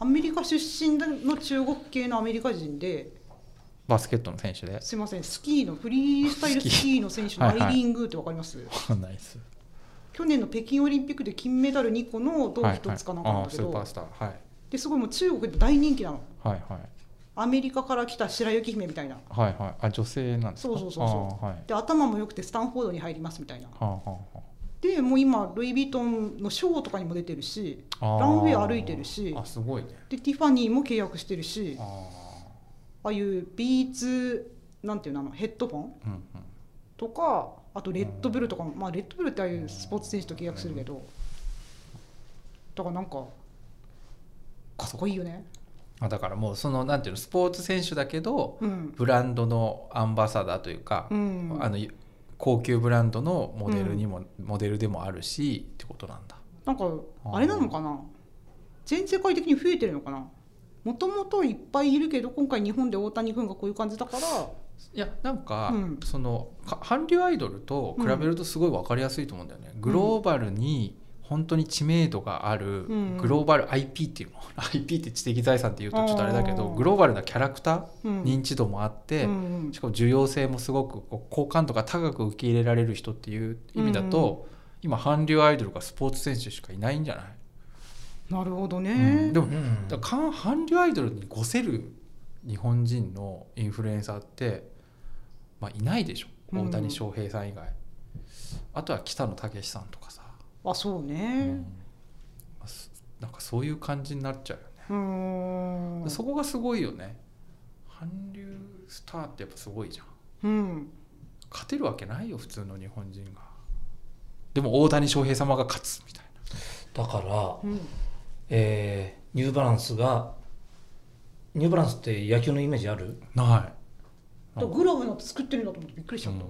アメリカ出身の中国系のアメリカ人でバスケットの選手ですいませんスキーのフリースタイルスキーの選手のアイリーン・グーって分かります？ わかんないです。 去年の北京オリンピックで金メダルにこの銅ひとつかなんかなんだけど、 はいはい、あスーパースター、はい、 ですごいもう中国で大人気なの、 はいはい、 アメリカから来た白雪姫みたいな、 はいはい、あ女性なんですか？ そうそうそうそう、はい、で頭も良くてスタンフォードに入りますみたいな、はあはあ、でもう今ルイ・ヴィトンのショーとかにも出てるし、ランウェイ歩いてるし、 あすごいね、 でティファニーも契約してるし、あああいうビーツなんていうのヘッドフォン、うんうん、とかあとレッドブルとかも、まあレッドブルってああいうスポーツ選手と契約するけど、だからなんかかっこいいよね。 あだからもうそのなんていうのスポーツ選手だけど、うん、ブランドのアンバサダーというか、うん、あの高級ブランドのモデルにも、うん、モデルでもあるしってことなんだ。 なんかあれなのかな、全世界的に増えてるのかな。もともといっぱいいるけど今回日本で大谷君がこういう感じだから、 いやなんか、うん、その韓流アイドルと比べるとすごい分かりやすいと思うんだよね、うん、グローバルに本当に知名度があるグローバル アイピー っていうの、うん、アイピー って知的財産っていうとちょっとあれだけどグローバルなキャラクター、うん、認知度もあって、うん、しかも需要性もすごくこう好感度が高く受け入れられる人っていう意味だと、うん、今韓流アイドルがスポーツ選手しかいないんじゃない？ なるほどね、うん、 でも、うん、だから韓流アイドルにごせる日本人のインフルエンサーって、まあ、いないでしょ、大谷翔平さん以外、うん、あとは北野武さんとかさあそうね、うん、 なんかそういう感じになっちゃうよね。うーんそこがすごいよね。韓流スターってやっぱすごいじゃん、うん、勝てるわけないよ普通の日本人が。でも大谷翔平様が勝つみたいな。だから、うんえー、ニューバランスがニューバランスって野球のイメージある？ ない。 グローブの作ってるんだと思ってびっくりしちゃった、うん、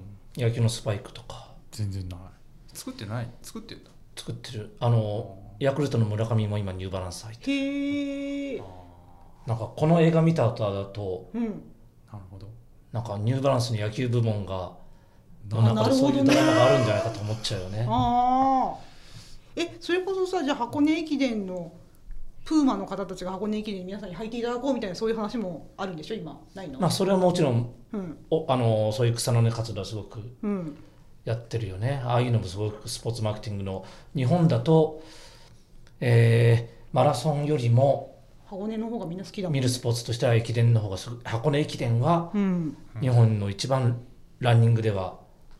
野球のスパイクとか全然ない。作ってない？作ってんだ。 作ってる。あのヤクルトの村上も今ニューバランス入ってる。 へえ。 なんかこの映画見た後だと、うん、なるほど。 なんかニューバランスの野球部門がの中でそういうドラマがあるんじゃないかと思っちゃうよね。 あえそれこそさじゃあ箱根駅伝のプーマの方たちが箱根駅伝に皆さんに履いていただこうみたいなそういう話もあるんでしょ今ないの？ まあそれはもちろん、うん、おあのそういう草の根活動はすごくやってるよね、うん、ああいうのもすごくスポーツマーケティングの日本だと、えー、マラソンよりも箱根の方がみんな好きだもんね。 見るスポーツとしては駅伝の方がす箱根駅伝は日本の一番ランニングでは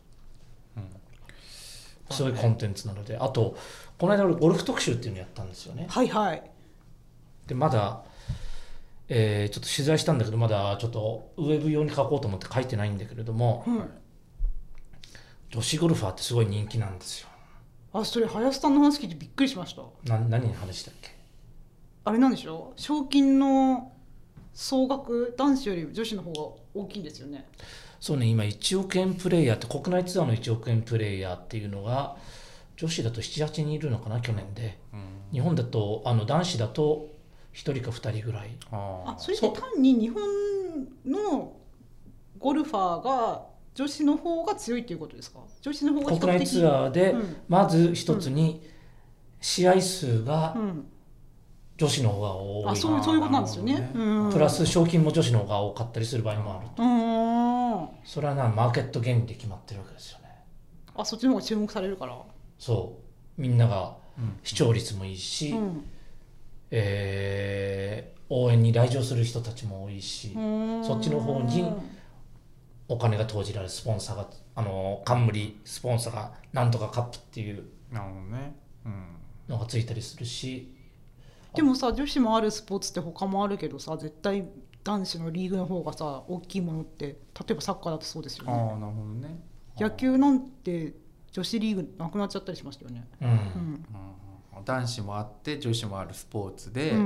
すごいコンテンツなので、あとこの間俺ゴルフ特集っていうのやったんですよね。 はいはい。 でまだ、えー、ちょっと取材したんだけどまだちょっとウェブ用に書こうと思って書いてないんだけれども、うん、女子ゴルファーってすごい人気なんですよ。 あそれ林さんの話聞いてびっくりしました。 な何の話だっけ？ あれなんでしょう賞金の総額男子より女子の方が大きいんですよね。 そうね今いちおくえんプレイヤーって国内ツアーのいちおくえんプレイヤーっていうのが女子だとななはちにんいるのかな去年で、うん、日本だとあの男子だとひとりかふたりぐらい。 あそれって単に日本のゴルファーが女子の方が強いっていうことですか？女子の方が比較的国内ツアーで、うん、まず一つに試合数が女子の方が多い、うん、 あそう、そういうことなんですよね、うん、 プラス賞金も女子の方が多かったりする場合もあると、うん、それはなマーケット原理で決まってるわけですよね。 あそっちの方が注目されるから。 そうみんなが視聴率もいいし、うんえー、応援に来場する人たちも多いしそっちの方にお金が投じられるスポンサーがあの冠スポンサーがなんとかカップっていうのがついたりするし、 でもさ女子もあるスポーツって他もあるけどさ絶対男子のリーグの方がさ大きいものって例えばサッカーだとそうですよね。 ああなるほどね。 野球なんて女子リーグなくなっちゃったりしましたよね、うんうんうん、男子もあって女子もあるスポーツで、うん、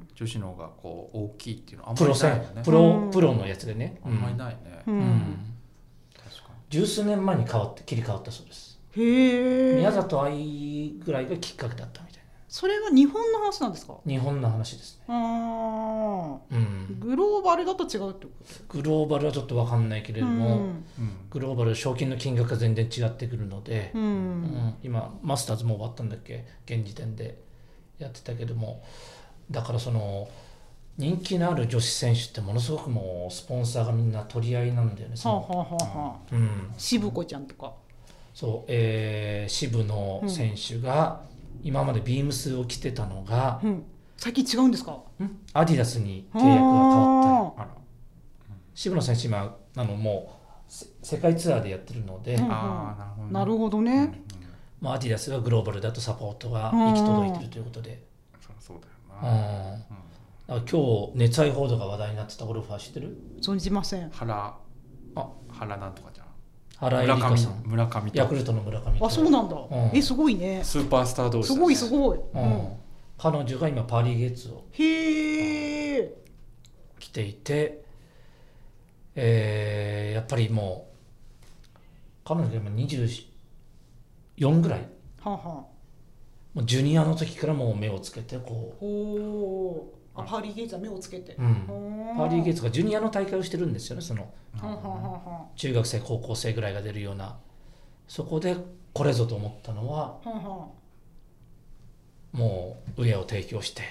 女子の方がこう大きいっていうのはあんまりないよね。 プロ、プロのやつでね、 うん、あんまりないね、 うんうん、確かに十数年前に変わって切り替わったそうです。 へえ。 宮里藍ぐらいがきっかけだったみたいな。 それは日本の話なんですか？ 日本の話ですね。 あ、うん、グローバルだと違うってこと？ グローバルはちょっと分かんないけれども、うん、グローバル賞金の金額が全然違ってくるので、うんうん、今マスターズも終わったんだっけ現時点でやってたけどもだからその人気のある女子選手ってものすごくもうスポンサーがみんな取り合いなんだよね。そのはあはあはあはあ、 うん、 渋子ちゃんとか。 そう、えー、渋野選手が今までビームスを着てたのが、 うん、最近違うんですか？ んアディダスに契約が変わった。 あら渋野選手今あのもう世界ツアーでやってるので、うんうん、 あなるほどね。 なるほどね、うんうん、 まあ、アディダスがグローバルだとサポートが行き届いてるということで、 そうだよな、うんうん、だから今日熱愛報道が話題になってたゴルファー知ってる？ 存じません。 原あ原なんとかじゃん。 原恵梨香さん、 村上とヤクルトの村上と。 あ、そうなんだ、うん、えすごいね。 スーパースター同士だね。 すごいすごい、 うんうん、彼女が今パリゲッツをへえ来ていて、えー、やっぱりもう彼女が今にじゅうよんぐらい、 ははもうジュニアの時からもう目をつけてこう、 おあパーリーゲイツは目をつけて、 うん、パーリーゲイツがジュニアの大会をしてるんですよね。そのははは中学生高校生ぐらいが出るような。そこでこれぞと思ったのは、 ははもう上を提供して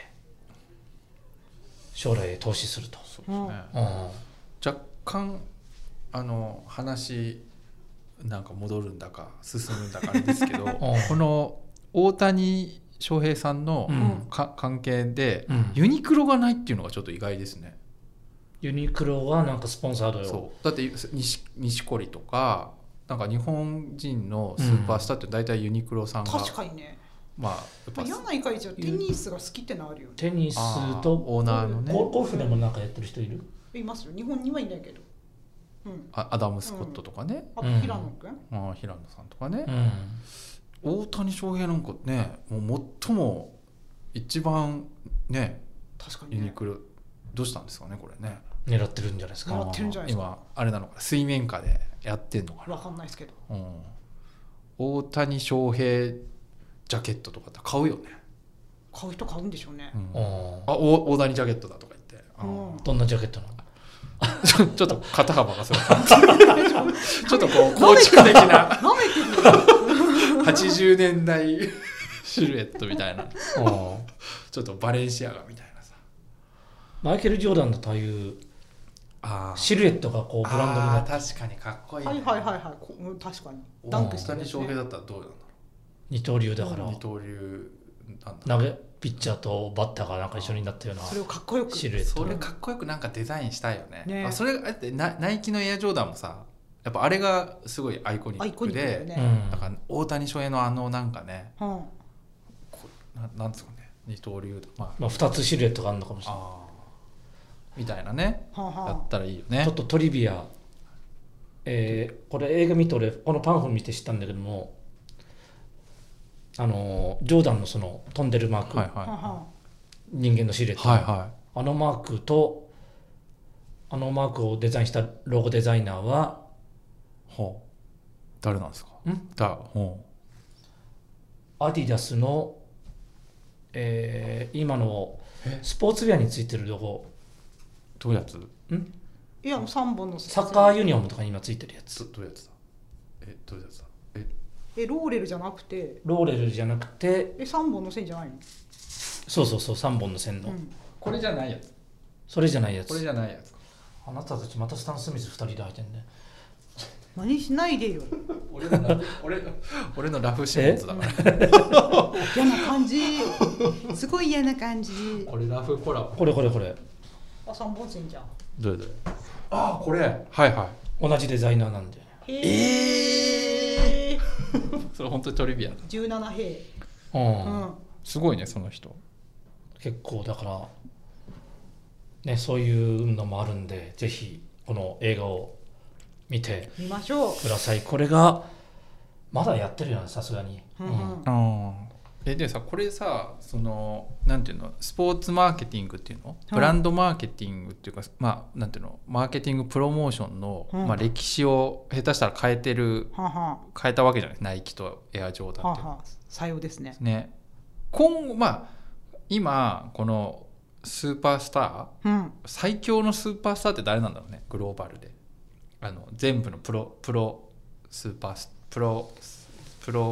将来へ投資すると。 そうですね、 うん、 若干あの話なんか戻るんだか進むんだかあれですけどこの大谷翔平さんの、うん、か関係で、うん、ユニクロがないっていうのがちょっと意外ですね。 ユニクロはなんかスポンサードよ。 そうだって錦織とかなんか日本人のスーパースターって大体ユニクロさんが、 うん、確かにね。 まあやっぱ柳井会長テニスが好きってのあるよね。 テニスとオーナーのね、 ゴルフでもなんかやってる人いる？ いますよ。日本にはいないけど、うん、 あアダム・スコットとかね、 うん、あと平野君、 うん、あ平野さんとかね、 うん、 大谷翔平なんかねもう最も一番ね確かにね、 ユニクロどうしたんですかねこれね。 狙ってるんじゃないですか。 狙ってるんじゃないですか。 今あれなのかな、水面下でやってんのかな。 分かんないですけど、 うん、大谷翔平ジャケットとかって買うよね。 買う人買うんでしょうね、 うん、あお大谷ジャケットだとか言って、 うん、どんなジャケットなの？ ちょっと肩幅がすごいちょっとこう構築的なはちじゅうねんだいシルエットみたいなちょっとバレンシアガみたいなさ。 マイケル・ジョーダンだとああいうシルエットがこうブランドになって、 確かにかっこいい、ね、 はいはいはいはい、確かにダンクしてる、ね、 大谷翔平だったらどうなんだろう。 二刀流だから、 二刀流なんだ投げピッチャーとバッターがなんか一緒になったようなそれをかっこよくシルエット。 それかっこよくなんかデザインしたいよね。 ね、 あそれあってナイキのエアジョーダンもさやっぱあれがすごいアイコニックで、 ね、 うん、だから大谷翔平のあのなんかね、 うん、 こななんですかね二刀流、 まあまあ、ふたつシルエットがあるのかもしれないみたいなね、 はあはあ、 やったらいいよね。 ちょっとトリビア、えー、これ映画見て俺このパンフ見て知ったんだけども、あのジョーダンのその飛んでるマーク、 はいはい、 人間のシルエット、 はいはい、 あのマークとあのマークをデザインしたロゴデザイナーは、 はあ、誰なんですか？ んだ、はあ、アディダスの、えー、今のスポーツウェアについてるロゴ。 どういうやつ？ んいやさんぼんのサッカーユニフォームとかに今ついてるやつ。 ど, どういうやつだ？えどういうやつだ？ええローレルじゃなくてローレルじゃなくてえさんぼんの線じゃないの？ そうそうそうさんぼんの線の、うん、 これじゃないやつ。 それじゃないやつ。 これじゃないやつ。 あなたたちまたスタン・スミスふたりで履いてんね。 何しないでよ俺のラフ俺の俺のラフシモンズだから嫌な感じすごい嫌な感じ。 これラフコラボ。 これこれこれあさんぼん線じゃん。 どれどれ。あこれはいはい。 同じデザイナーなんで。 へえー、 それ本当にトリビアだ。 じゅうななへい、 うん、 うん、 すごいねその人。 結構だからねそういうのもあるんでぜひこの映画を見て見ましょうください。これがまだやってるよねさすがに、 うんうん、 あえでさこれさそのなんていうのスポーツマーケティングっていうの、ブランドマーケティングっていうかまあなんていうのマーケティングプロモーションの、うんまあ、歴史を下手したら変えてる、 はは変えたわけじゃないナイキとエアジョーダンっていうのはははさようですね。 ね今後まあ今このスーパースター、 うん、 最強のスーパースターって誰なんだろうねグローバルで。あの全部のプロプロスーパープロプロ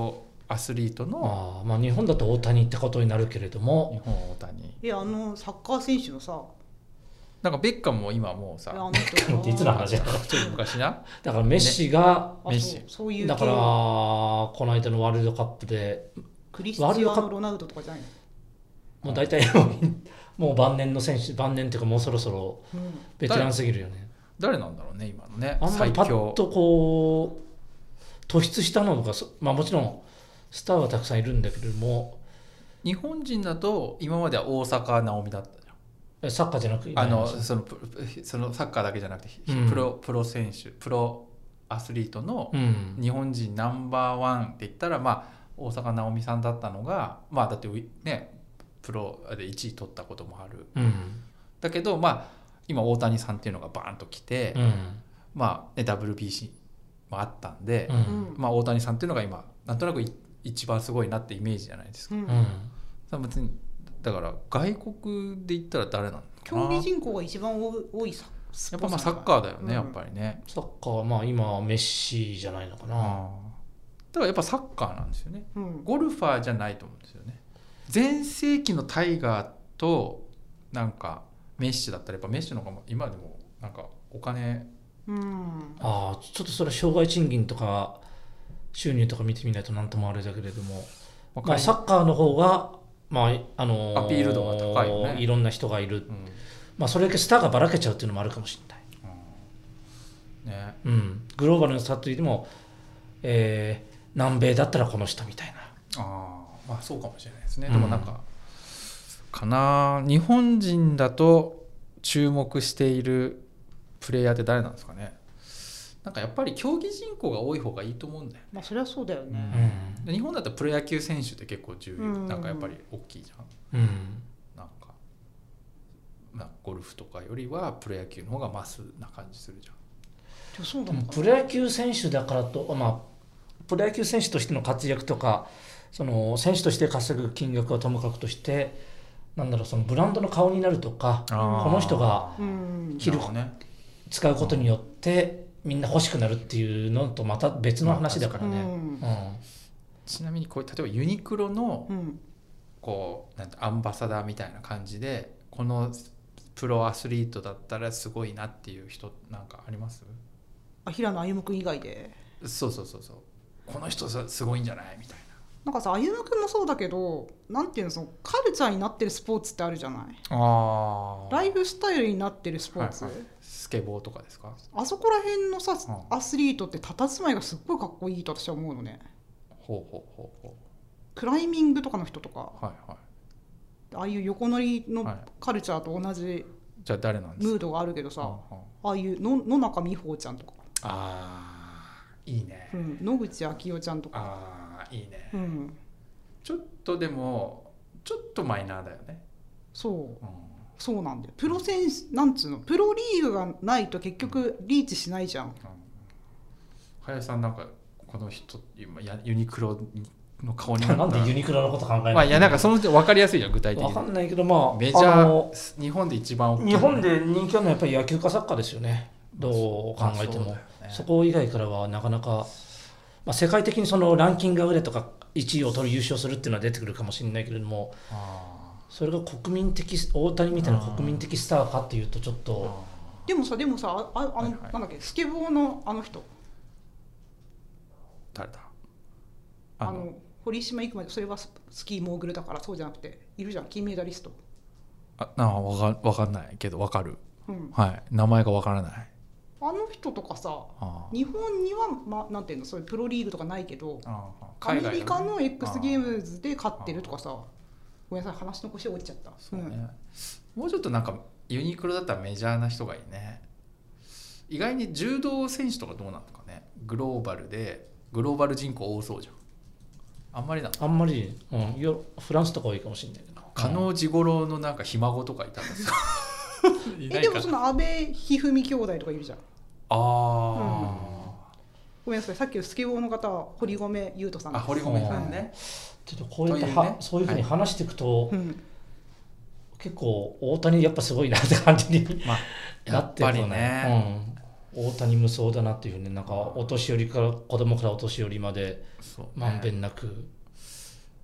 アスリートの、 あ、まあ、日本だと大谷ってことになるけれども、 日本大谷、 いやあのサッカー選手のさ、 なんかベッカムも今もうさ、 いやあの人いつの話だちょっと昔なだからメッシが、 あメッシそうそういうだから系この間のワールドカップでクリスチアーノ・ロナウドとかじゃないの、 もう大体もう晩年の選手、晩年っていうかもうそろそろうんベテランすぎるよね。 誰なんだろうね今のね、 あんまりパッ最強。 とこう突出したのが、そまあもちろんスターはたくさんいるんだけれども、 日本人だと今までは大坂なおみだったじゃん。 えサッカーじゃなくてあのそのプそのサッカーだけじゃなくて、 うんプロプロ選手プロアスリートのうん日本人ナンバーワンって言ったら、まあ大坂なおみさんだったのが、まあだってねプロでいちい取ったこともある。 うんだけどまあ今大谷さんっていうのがバーンと来て、 うんまあ、ね、ダブリュービーシー もあったんで、 うんまあ、大谷さんっていうのが今なんとなくい一番すごいなってイメージじゃないですか。 うんうんさ別にだから外国で言ったら誰なのかな。 競技人口が一番多い多いさやっぱまあサッカーだよね、 うんやっぱりね。 サッカーはまあ今はメッシじゃないのかな。 あーだからやっぱサッカーなんですよね。 うんゴルファーじゃないと思うんですよね。全盛期のタイガーとなんかメッシだったらやっぱメッシの方が今でもなんかお金、 うんああちょっとそれは障害賃金とか収入とか見てみないと何ともあれだけれども、まあ、サッカーの方が、まああのーアピール度が高いよねいろんな人がいる、 うんまあ、それだけスターがばらけちゃうっていうのもあるかもしれない、 うんね、 うん、グローバルなスターといっても、えー南米だったらこの人みたいな。 ああまあそうかもしれないですね。 うんでもなんか、かな日本人だと注目しているプレイヤーって誰なんですかね。なんかやっぱり競技人口が多い方がいいと思うんだよね。 まあそれはそうだようね、 んで日本だとプロ野球選手って結構重要、 うんなんかやっぱり大きいじゃん。 うんなんか、まあ、ゴルフとかよりはプロ野球の方がマスな感じするじゃん。 でもそうなのかプロ野球選手だからと、まあ、プロ野球選手としての活躍とかその選手として稼ぐ金額はともかくとしてなんだろうそのブランドの顔になるとかこの人がうん着るなるほどね。 使うことによってみんな欲しくなるっていうのとまた別の話だからね。 うんうんちなみにこう例えばユニクロのうんこうなんてアンバサダーみたいな感じでこのプロアスリートだったらすごいなっていう人なんかあります？ あ平野歩夢君以外でそうそうそうそう、この人さすごいんじゃないみたいなんかさ歩夢君もそうだけどなんていうのそのカルチャーになってるスポーツってあるじゃないな。あライフスタイルになってるスポーツ、 はいはい、スケボーとかですか？ あそこら辺のさ、 うんアスリートって佇まいがすっごいかっこいいと私は思うのね。 ほうほうほうほクライミングとかの人とかう。はいはい。 ああいう横乗りのはいカルチャーと同じじゃあ誰なんですか？ ムードがあるけどさ、 うんうんああいうの野中美穂ちゃんとか、 あーいいね。 うん、野口昭代ちゃんとか、 あーいいね。 うん、 ちょっとでもちょっとマイナーだよね。 そううんそうなんだよ。プロ選手なんつうのプロリーグがないと結局リーチしないじゃん。 林さんなんかこの人今やユニクロの顔になったなんでユニクロのこと考えないの？ まあいやなんかその人分かりやすいじゃん具体的に。 わかんないけどまあメジャあのー日本で一番大きい日本で人気あるのはやっぱり野球かサッカーですよね。どう考えてもまあそうだよねそこ以外からはなかなか、まあ、世界的にそのランキングが売れとかいちいを取る優勝するっていうのは出てくるかもしれないけれどもあそれが国民的大谷みたいな国民的スターかっていうとちょっーとでもさでもさああの、 はいはいなんだっけスケボーのあの人誰だあの堀島行くまでそれはススキーモーグルだからそうじゃなくているじゃん金メダリスト、 ああ分か分かんないけど分かる。 うん、 はい名前が分からない。 あの人とかさあー日本には、まあ、なんていうのそういうプロリーグとかないけどあーアメリカの海外だね X ゲームズで勝ってるとかさごめんなさい話の腰折れちゃったそうね、 んもうちょっとなんかユニクロだったらメジャーな人がいいね。意外に柔道選手とかどうなのかね。グローバルでグローバル人口多そうじゃん。あんまりなの。 あんまり、うん、よフランスとか多いかもしれないけど加納治五郎のなんかひ孫とかいたんですよいないかえでもその阿部一二三兄弟とかいるじゃん。 あごめんなさいさっきのスケボーの方は堀米雄斗さんー、あ堀米さんね。 ちょっとこうやっては、 というねそういうふうに話していくと、 うん結構大谷やっぱすごいなって感じにまあなってるとやっぱりね、 うん、大谷無双だなっていうふうになんかお年寄りから子供からお年寄りまでそうねまんべんなく、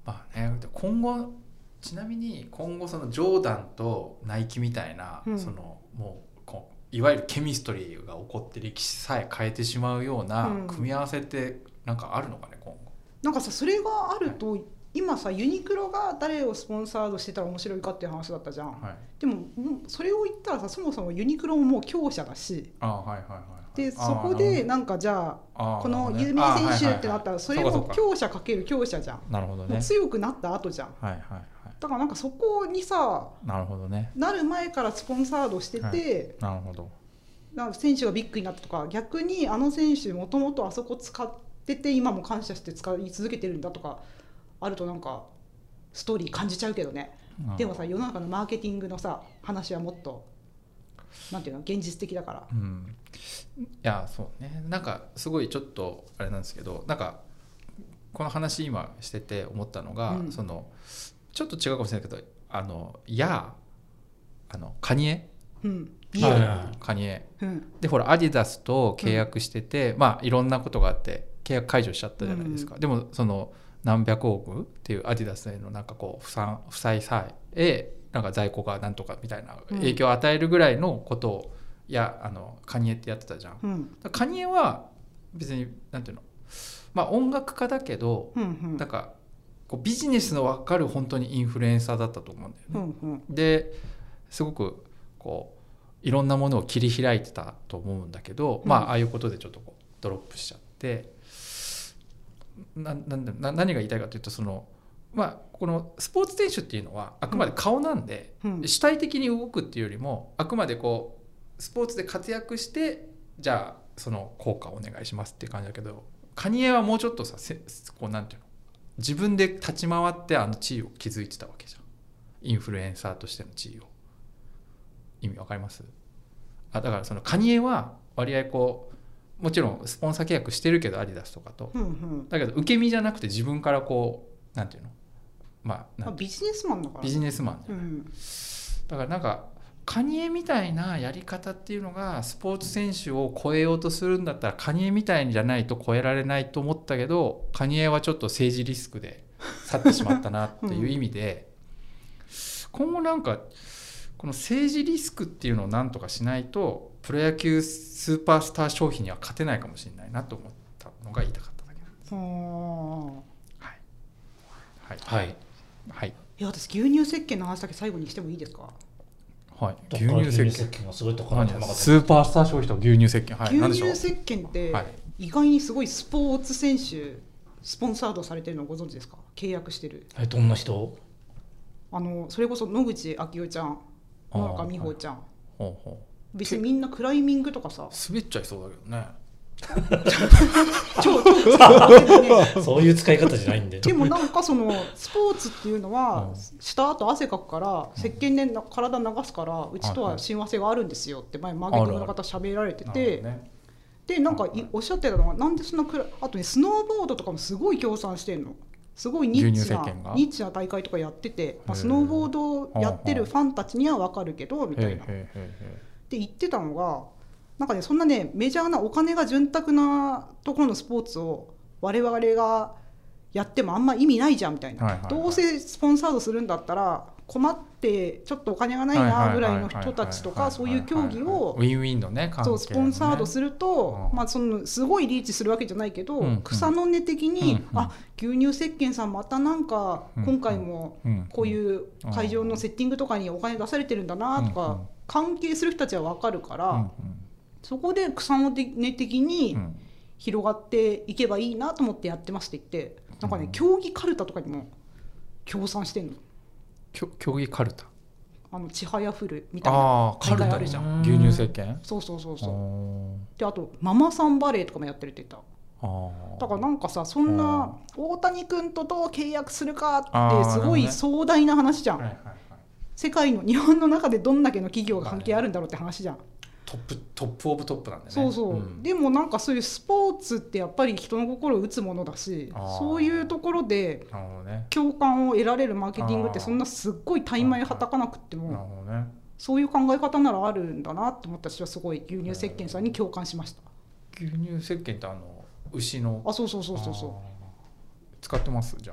まあね、今後ちなみに今後そのジョーダンとナイキみたいな、うん、そのもうこういわゆるケミストリーが起こって歴史さえ変えてしまうような組み合わせってなんかあるのかね、今後。 なんかさそれがあると、はい、今さユニクロが誰をスポンサードしてたら面白いかっていう話だったじゃん、はい、でもそれを言ったらさそもそもユニクロももう強者だし、 あ、はいはいはい、 でそこでなんかじゃあこの有名選手ってなったらそれを強者かける強者じゃん。 なるほどね。 強くなった後じゃん、 はいはいはい、 だからなんかそこにさなるほどね、 なる前からスポンサードしてて、はい、 なるほど、 なんか選手がビッグになったとか逆にあの選手もともとあそこ使ってて今も感謝して使い続けてるんだとかあるとなんかストーリー感じちゃうけどね、うん、でもさ世の中のマーケティングのさ話はもっとなんていうの現実的だから、 うん、いやそうね、なんかすごいちょっとあれなんですけど、なんかこの話今してて思ったのが、うん、そのちょっと違うかもしれないけどあのやあのカニエ、 うん、 カニエ、 うん、 でほらアディダスと契約してて、うん、まあいろんなことがあって契約解除しちゃったじゃないですか、うん、でもその何百億っていうアディダスへのなんかこう負債負債さえなんか在庫がなんとかみたいな影響を与えるぐらいのことを、うん、いやあのカニエってやってたじゃん、 うん、 カニエは別になんていうの、まあ音楽家だけど、 うんうん、 なんかこうビジネスの分かる本当にインフルエンサーだったと思うんだよね、 うんうん、 ですごくこういろんなものを切り開いてたと思うんだけど、うん、まあああいうことでちょっとこうドロップしちゃってななんでな何が言いたいかというとその、まあ、このスポーツ選手っていうのはあくまで顔なんで、 うん、 主体的に動くっていうよりもあくまでこうスポーツで活躍してじゃあその効果をお願いしますっていう感じだけど、カニエはもうちょっとさこうなんていうの自分で立ち回ってあの地位を築いてたわけじゃん、インフルエンサーとしての地位を。意味わかります？あだからそのカニエは割合こうもちろんスポンサー契約してるけどアディダスとかと、 うんうん、 だけど受け身じゃなくて自分からこうなんていうの、まあ、 まあビジネスマンだからビジネスマンじゃない、うん、だからなんかカニエみたいなやり方っていうのがスポーツ選手を超えようとするんだったらカニエみたいじゃないと超えられないと思ったけど、カニエはちょっと政治リスクで去ってしまったなっていう意味で、うん、今後なんかこの政治リスクっていうのをなんとかしないとプロ野球スーパースター消費には勝てないかもしれないなと思ったのが言いたかっただけなんです。はいはいはいはい。 いや私牛乳石鹸の話だけ最後にしてもいいですか？ はい。牛乳石鹸がすごい高い。 スーパースター消費と牛乳石鹸。はい。 牛乳石鹸って意外にすごいスポーツ選手スポンサードされてるのご存知ですか？契約してる。 えどんな人？ あのそれこそ野口昭代ちゃん、野中美穂ちゃん。 はい、ほうほう。 別にみんなクライミングとかさ滑っちゃいそうだけどね超超超そういう使い方じゃないんで。 でもなんかそのスポーツっていうのは、うん、した後汗かくから石鹸で体流すからうちとは親和性があるんですよって前マーケティングの方喋られてて、ね、でなんかおっしゃってたのはなんでそんなくらあとねスノーボードとかもすごい協賛してるの。すごいニッチなニッチな大会とかやってて、まあ、スノーボードやってるファンたちには分かるけどみたいなって言ってたのがなんかねそんなねメジャーなお金が潤沢なところのスポーツを我々がやってもあんま意味ないじゃんみたいな、はいはいはい、どうせスポンサードするんだったら困ってちょっとお金がないなぐらいの人たちとかそういう競技をウィンウィンのね関係のねそうスポンサードすると、うんまあ、そのすごいリーチするわけじゃないけど、うんうん、草の根的に、うんうん、あ牛乳石鹸さんまたなんか今回もこういう会場のセッティングとかにお金出されてるんだなとか関係する人たちは分かるから、うんうん、そこで草の根的に広がっていけばいいなと思ってやってますって言ってなんかね、うん、競技カルタとかにも協賛してんの。 競技カルタあのちはやふるみたいな大会あるじゃん。牛乳石鹸そうそうそうそうであとママさんバレーとかもやってるって言った。 あだからなんかさそんな大谷君とどう契約するかってすごい壮大な話じゃん、ねはいはいはい、世界の日本の中でどんだけの企業が関係あるんだろうって話じゃん。 トップトップオブトップなんだよね。 そうそう、うん、でもなんかそういうスポーツってやっぱり人の心を打つものだしそういうところで共感を得られるマーケティングってそんなすっごい怠慢はたかなくっても、 ね、 そういう考え方ならあるんだなって思った私はすごい牛乳石鹸さんに共感しました。 牛乳石鹸ってあの牛のあそうそうそうそうそう使ってますじゃあ。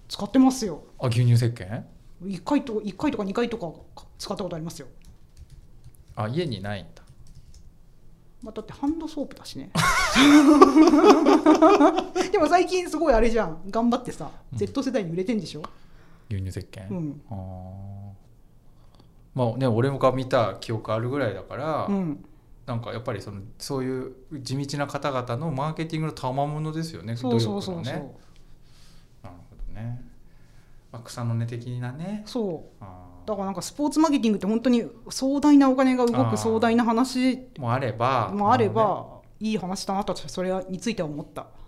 使ってますよ。 あ、牛乳石鹸いっかいといっかいとかにかいとか使ったことありますよ。 あ、家にないんだ。 まあ、だってハンドソープだしねでも最近すごいあれじゃん、頑張ってさ、うん、Z 世代に売れてんでしょ、 牛乳石鹸、 うん、 あまあね、俺が見た記憶あるぐらいだから、うん、なんかやっぱりそのそういう地道な方々のマーケティングの賜物ですよね。 そうそうそうそう、 なるほどね、まあ、草の根的なね。 そうだからなんかスポーツマーケティングって本当に壮大なお金が動く壮大な話もあればもあればいい話だなとそれについては思った。なる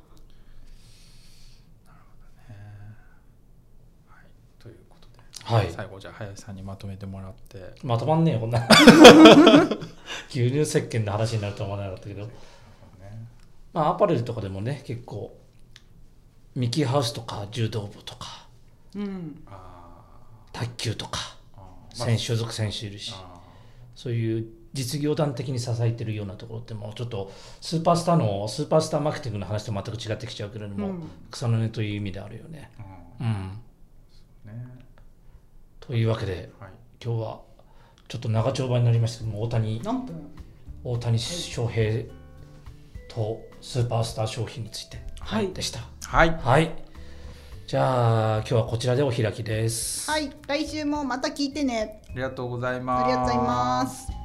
ほどね、はい、ということで、 はい、 最後じゃあ林さんにまとめてもらって。 まとまんねえよこんな牛乳石鹸の話になるとは思わなかったけど、ね、まあアパレルとかでもね結構ミキハウスとか柔道部とか、うん、卓球とか選手所属選手いるし、そういう実業団的に支えてるようなところってもうちょっとスーパースターのスーパースターマーケティングの話と全く違ってきちゃうけれども、うん、草の根という意味であるよね。うん、うんね、というわけで、はい、今日はちょっと長丁場になりましたけども、大谷何分大谷翔平とスーパースター商品についてでした。 はい、 はい、じゃあ今日はこちらでお開きです。 はい、来週もまた聞いてね。 ありがとうございます。 ありがとうございます。